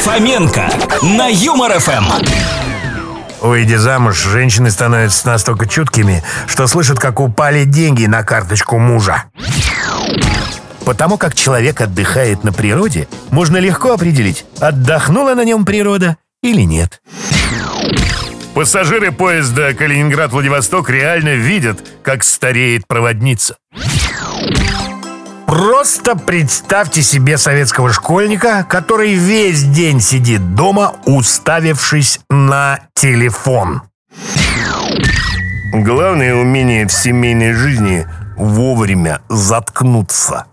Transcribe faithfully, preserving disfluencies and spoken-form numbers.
Фоменко на Юмор эф эм. Выйдя замуж, женщины становятся настолько чуткими, что слышат, как упали деньги на карточку мужа. Потому как человек отдыхает на природе, можно легко определить, отдохнула на нем природа или нет. Пассажиры поезда Калининград-Владивосток реально видят, как стареет проводница. Просто представьте себе советского школьника, который весь день сидит дома, уставившись на телефон. Главное умение в семейной жизни – вовремя заткнуться.